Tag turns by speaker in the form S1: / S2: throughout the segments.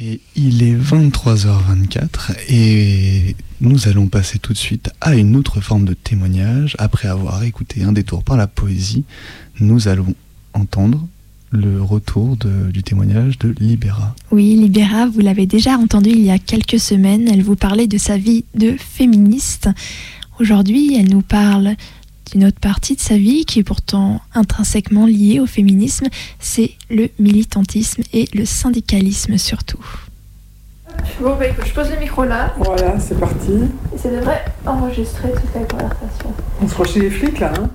S1: Et il est 23h24 et nous allons passer tout de suite à une autre forme de témoignage. Après avoir écouté un détour par la poésie, nous allons entendre le retour du témoignage de Libera.
S2: Oui, Libera, vous l'avez déjà entendu il y a quelques semaines, elle vous parlait de sa vie de féministe. Aujourd'hui, elle nous parle d'une autre partie de sa vie qui est pourtant intrinsèquement liée au féminisme, c'est le militantisme et le syndicalisme surtout.
S3: Bon bah écoute, je pose le micro là.
S4: Voilà, c'est parti.
S3: Et ça devrait enregistrer toute la conversation.
S4: On se croit chez les flics là, hein.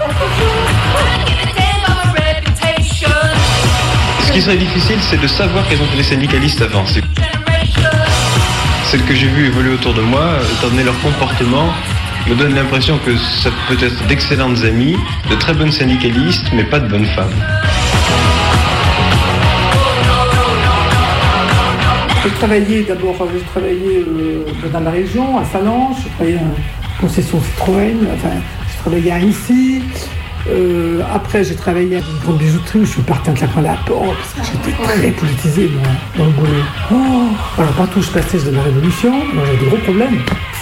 S5: Ce qui serait difficile, c'est de savoir quels ont été les syndicalistes avant. Celles que j'ai vues évoluer autour de moi, étant donné leur comportement, me donne l'impression que ça peut être d'excellentes amies, de très bonnes syndicalistes, mais pas de bonnes femmes.
S4: J'ai travaillé dans la région, à Salanches, j'ai travaillé en concession Citroën, j'ai travaillé à Annecy. Après, j'ai travaillé à une grande bijouterie où je suis partie en claquant la porte parce que j'étais très politisée dans le boulot. Alors, partout où je passais, je de la révolution, donc j'avais des gros problèmes.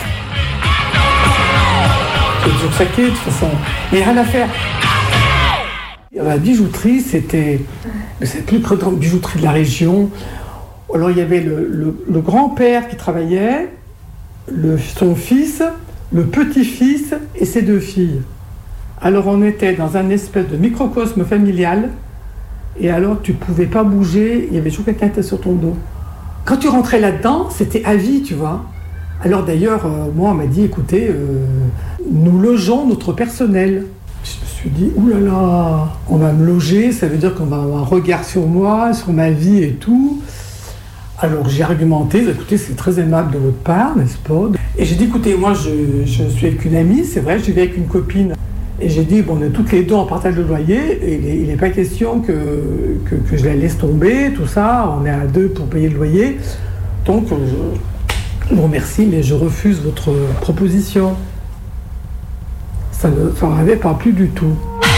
S4: J'ai toujours saqué, de toute façon. Mais rien à faire. La bijouterie, c'était la plus grande bijouterie de la région. Alors, il y avait le grand-père qui travaillait, son fils, le petit-fils et ses 2 filles. Alors, on était dans un espèce de microcosme familial. Et alors, tu ne pouvais pas bouger. Il y avait toujours quelqu'un qui était sur ton dos. Quand tu rentrais là-dedans, c'était à vie, tu vois. Alors d'ailleurs, moi, on m'a dit, écoutez, nous logeons notre personnel. Je me suis dit, oulala, on va me loger, ça veut dire qu'on va avoir un regard sur moi, sur ma vie et tout. Alors j'ai argumenté, écoutez, c'est très aimable de votre part, n'est-ce pas? Et j'ai dit, écoutez, moi, je suis avec une amie, c'est vrai, je vis avec une copine. Et j'ai dit, bon, on est toutes les deux en partage de loyer, et il n'est pas question que je la laisse tomber, tout ça, on est à 2 pour payer le loyer. Donc, je vous remercie, mais je refuse votre proposition. Ça ne s'en avait pas plus du tout.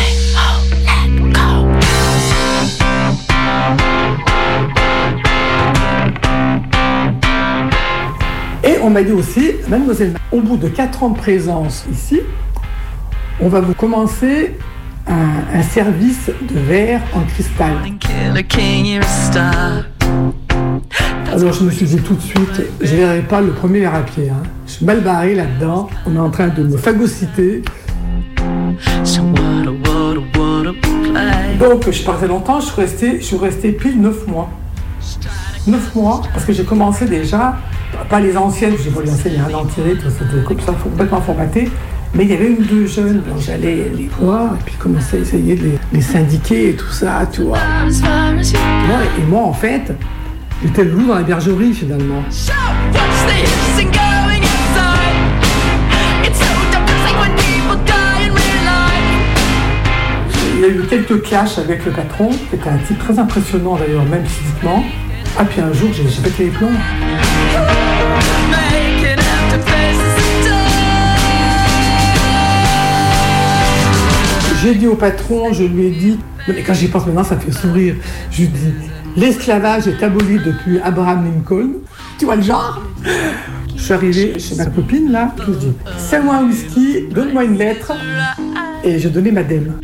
S4: Et on m'a dit aussi, mademoiselle, au bout de 4 ans de présence ici, on va vous commencer un service de verre en cristal. Alors je me suis dit tout de suite, je ne verrai pas le premier verre à pied. Hein. Je suis mal barré là-dedans, on est en train de me phagocyter. Donc je partais longtemps, je suis resté pile 9 mois. 9 mois, parce que j'ai commencé déjà, pas les anciennes, j'ai pas les anciennes, il y a un an tiré, tout c'était comme ça, complètement formaté. Mais il y avait 1 ou 2 jeunes, donc j'allais les voir et puis commencer à essayer de les syndiquer et tout ça, tu vois. Et moi en fait, j'étais le loup dans la bergerie finalement. Il y a eu quelques clashs avec le patron, qui était un type très impressionnant d'ailleurs, même physiquement. Ah puis un jour, j'ai pété les plombs. J'ai dit au patron, je lui ai dit, mais quand j'y pense maintenant, ça me fait sourire. Je lui ai dit, l'esclavage est aboli depuis Abraham Lincoln. Tu vois le genre? Je suis arrivé chez ma copine là, je lui ai dit, sers-moi un whisky, donne-moi une lettre. Et j'ai donné ma dème.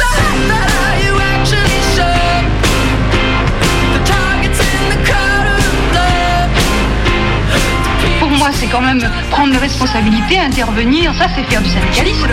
S6: Pour moi, c'est quand même prendre les responsabilités, intervenir, ça c'est faire du syndicalisme.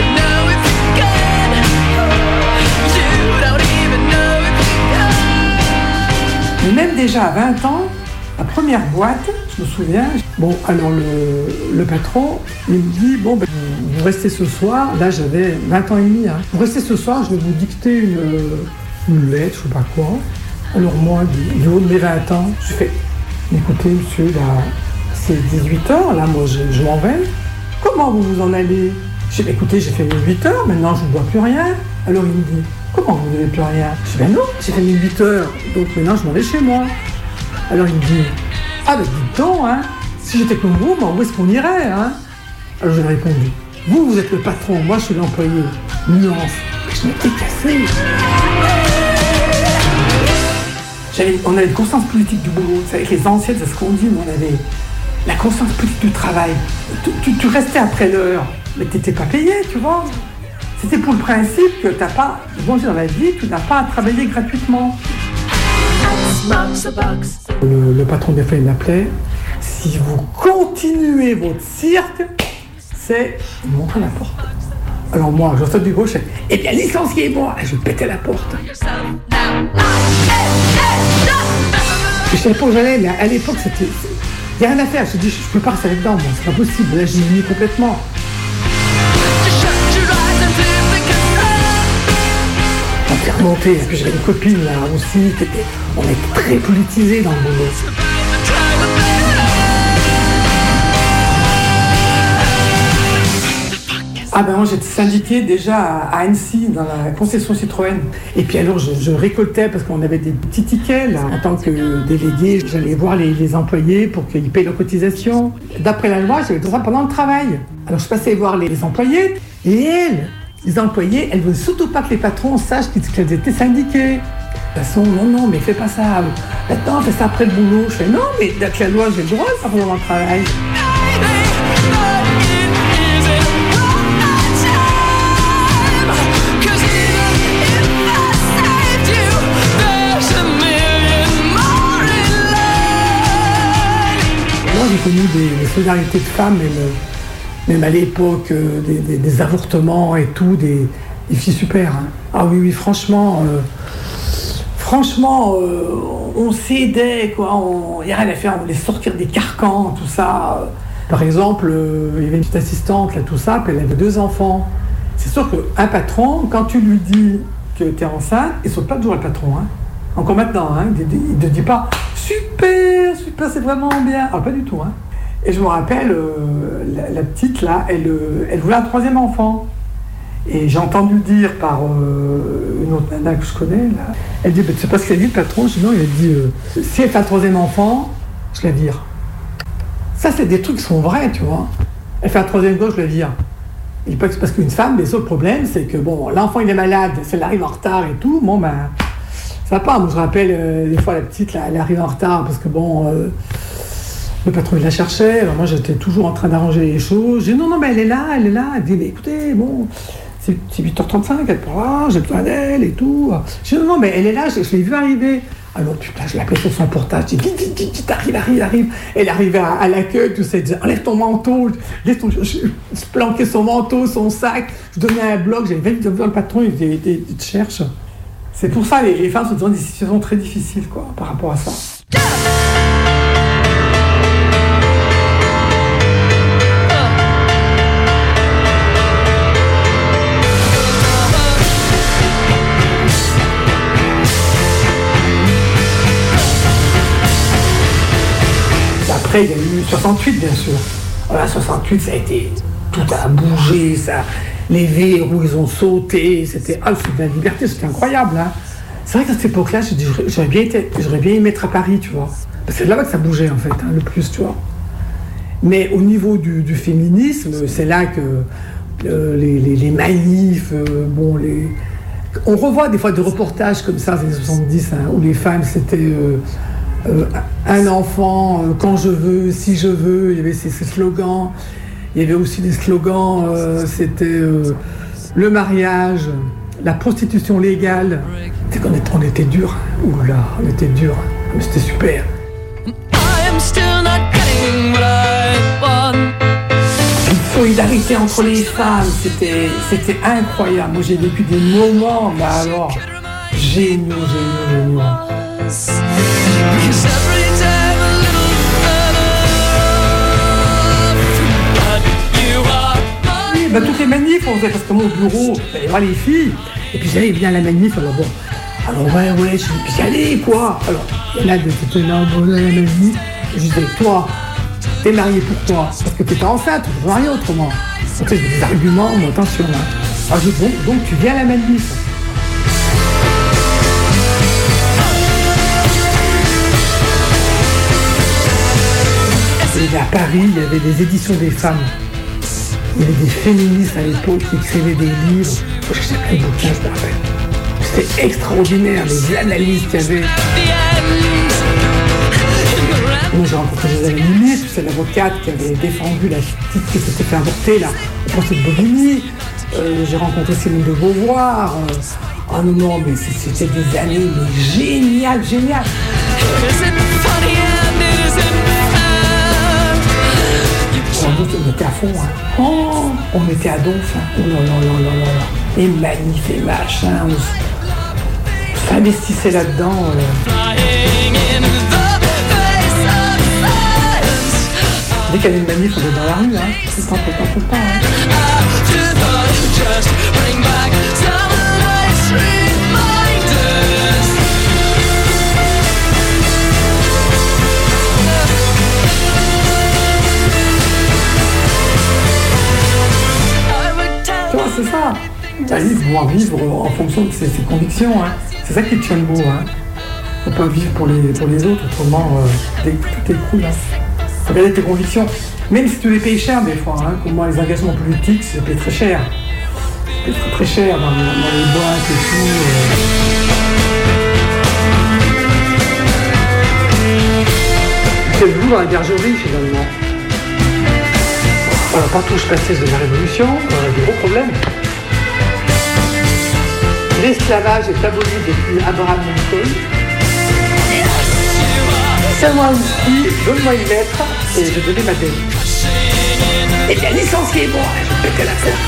S4: Mais même déjà à 20 ans, la première boîte, je me souviens, bon, alors le patron, il me dit, bon, ben, vous restez ce soir, là j'avais 20 ans et demi, hein. Vous restez ce soir, je vais vous dicter une lettre, je sais pas quoi. Alors moi, du haut de mes 20 ans, je fais, écoutez monsieur, là, c'est 18h, là, moi je m'en vais. Comment vous vous en allez? Je dis, écoutez, j'ai fait 8h, maintenant je ne bois plus rien. Alors il me dit, comment vous n'avez plus rien? Je dis, ben non, j'ai fait 8h, donc maintenant je m'en vais chez moi. Alors il me dit, ah ben dites donc, hein, si j'étais comme vous, ben, où est-ce qu'on irait, hein? Alors je lui ai répondu, vous êtes le patron, moi je suis l'employé. Nuance. Je m'étais cassé. On avait une conscience politique du boulot. C'est avec les anciennes, c'est ce qu'on dit, mais on avait la conscience politique du travail. Tu restais après l'heure, mais tu n'étais pas payé, tu vois. C'était pour le principe que tu n'as pas, bon, dans la vie, tu n'as pas à travailler gratuitement. Le patron des fois, il m'appelait. Si vous continuez votre cirque, c'est montrer la porte. Alors moi, je sors du bureau, je fais, eh bien licenciez-moi. Je pétais la porte. Je savais pas où j'allais, mais à l'époque, c'était... Il n'y a rien à faire. Je me dis, je peux pas rester là-dedans, moi. C'est pas possible. Là, j'ai mis complètement. On s'est remonté. Et puis j'avais une copine là aussi. On était très politisés dans le boulot. Ah ben moi j'étais syndiqué déjà à Annecy dans la concession Citroën. Et puis alors je récoltais parce qu'on avait des petits tickets là. En tant que délégué, j'allais voir les employés pour qu'ils payent leurs cotisations. D'après la loi, j'avais tout ça pendant le travail. Alors je passais voir les employés et les employés, elles ne veulent surtout pas que les patrons sachent qu'elles étaient syndiquées. De toute façon, non, mais fais pas ça. Attends, fais ça après le boulot. Je fais non, mais d'après la loi, j'ai le droit de faire pendant le travail. J'ai connu des solidarités de femmes, même à l'époque, des avortements et tout, des filles super. Hein. Ah oui, franchement, on s'aidait, quoi. Il n'y a rien à faire, on voulait sortir des carcans, tout ça. Par exemple, il y avait une petite assistante, là, tout ça, puis elle avait 2 enfants. C'est sûr qu'un patron, quand tu lui dis que tu es enceinte, il ne saute pas toujours le patron. Hein. Encore maintenant, hein, il ne te dit pas « Super, c'est vraiment bien ». Ah, pas du tout. Hein. Et je me rappelle, la petite, là, elle voulait un 3e enfant. Et j'ai entendu dire par une autre nana que je connais, là, elle dit, tu sais pas ce qu'il a dit le patron? Je dis non, il a dit, si elle fait un 3e enfant, je la vire. Ça, c'est des trucs qui sont vrais, tu vois. Elle fait un 3e gosse, je la vire. Il dit pas que c'est parce qu'une femme, mais le problème, c'est que bon, l'enfant il est malade, si elle arrive en retard et tout, bon ben, ça va pas. Moi je rappelle, des fois la petite, là, elle arrive en retard parce que bon, le patron il la cherchait, alors moi j'étais toujours en train d'arranger les choses. Je dis non, mais elle est là. Elle dit, mais écoutez, bon, c'est 8h35, elle est pas là, j'ai besoin d'elle et tout. Je dis non, mais elle est là, je l'ai vue arriver. Alors putain, je l'appelais sur son portage, je dis vite, arrive. Elle arrivait à l'accueil, tout ça, elle disait enlève ton manteau, je planquais son manteau, son sac, je donnais un bloc, j'avais vite vu le patron, il te cherche. C'est pour ça, les femmes sont dans des situations très difficiles, quoi, par rapport à ça. Après, il y a eu 68, bien sûr. Voilà, 68, ça a été... Tout a bougé, ça... Les verrous, ils ont sauté, c'était... Ah, c'était de la liberté, c'était incroyable, hein. C'est vrai qu'à cette époque-là, je dis, j'aurais bien aimé être à Paris, tu vois. Parce que c'est là-bas que ça bougeait, en fait, hein, le plus, tu vois. Mais au niveau du féminisme, c'est là que les manifs, On revoit des fois des reportages comme ça, dans les années 70, hein, où les femmes, c'était... un enfant, quand je veux, si je veux, il y avait ces slogans. Il y avait aussi des slogans, c'était le mariage, la prostitution légale. C'est qu'on était dur. Oula, on était dur. Mais c'était super. La solidarité entre les femmes, c'était incroyable. Moi, j'ai vécu des moments, mais alors, géniaux. Oui, bah, toutes les manifs, on faisait, parce que mon bureau, j'allais voir les filles, et puis j'allais bien à la manif, alors bon. Alors ouais, j'allais quoi. Alors, il y en a qui étaient là, bon, à la manif, je disais, toi, t'es mariée pourquoi? Parce que t'étais enceinte, tu peux marier autrement. Donc j'ai des arguments, mais attention, hein. Alors je dis, bon, donc tu viens à la manif. Et à Paris, il y avait des éditions des femmes. Il y avait des féministes à l'époque qui écrivaient des livres. J'ai plein de bouquins, je me rappelle. C'était extraordinaire, les analyses qu'il y avait. Moi, j'ai rencontré Gisèle Halimi, tu sais, l'avocate qui avait défendu la petite qui s'était fait avorter là, au procès de Bobigny. J'ai rencontré Simone de Beauvoir. Oh non, mais c'était des années mais géniales. On était à fond, hein. Oh, on était à donf, hein. Oh là. Et manif et machin, on s'investissait là-dedans. Dès qu'il y avait une manif, on était dans la rue, hein. Tout le temps. Hein. Tu vois, c'est ça. Il faut vivre en fonction de ses convictions. Hein. C'est ça qui tient debout. Hein. Faut pas vivre pour les autres, autrement, tout écroule. Hein. Faut regarder tes convictions. Même si tu les payes cher des fois, hein, comme moi, les engagements politiques, c'est payé très cher. C'est très cher dans les boîtes et tout. C'est le bout dans la bergerie, finalement. Alors, partout où je passais de la Révolution, on a des gros problèmes. L'esclavage est aboli depuis Abraham Lincoln. Tiens-moi ici, donne-moi une lettre et je donnais ma tête. Et bien licencié, moi, je pétais la porte.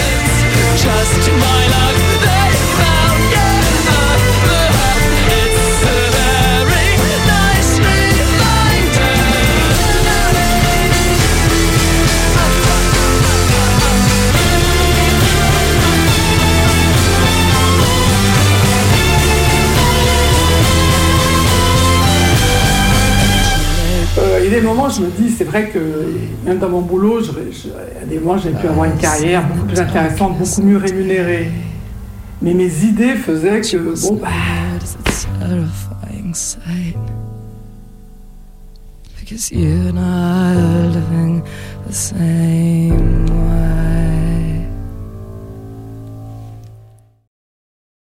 S4: Il y a des moments, je me dis, c'est vrai que même dans mon boulot, à des moments, j'ai pu avoir une carrière beaucoup plus intéressante, beaucoup mieux rémunérée. Mais mes idées faisaient que, bon, bah... Because you and I are living the same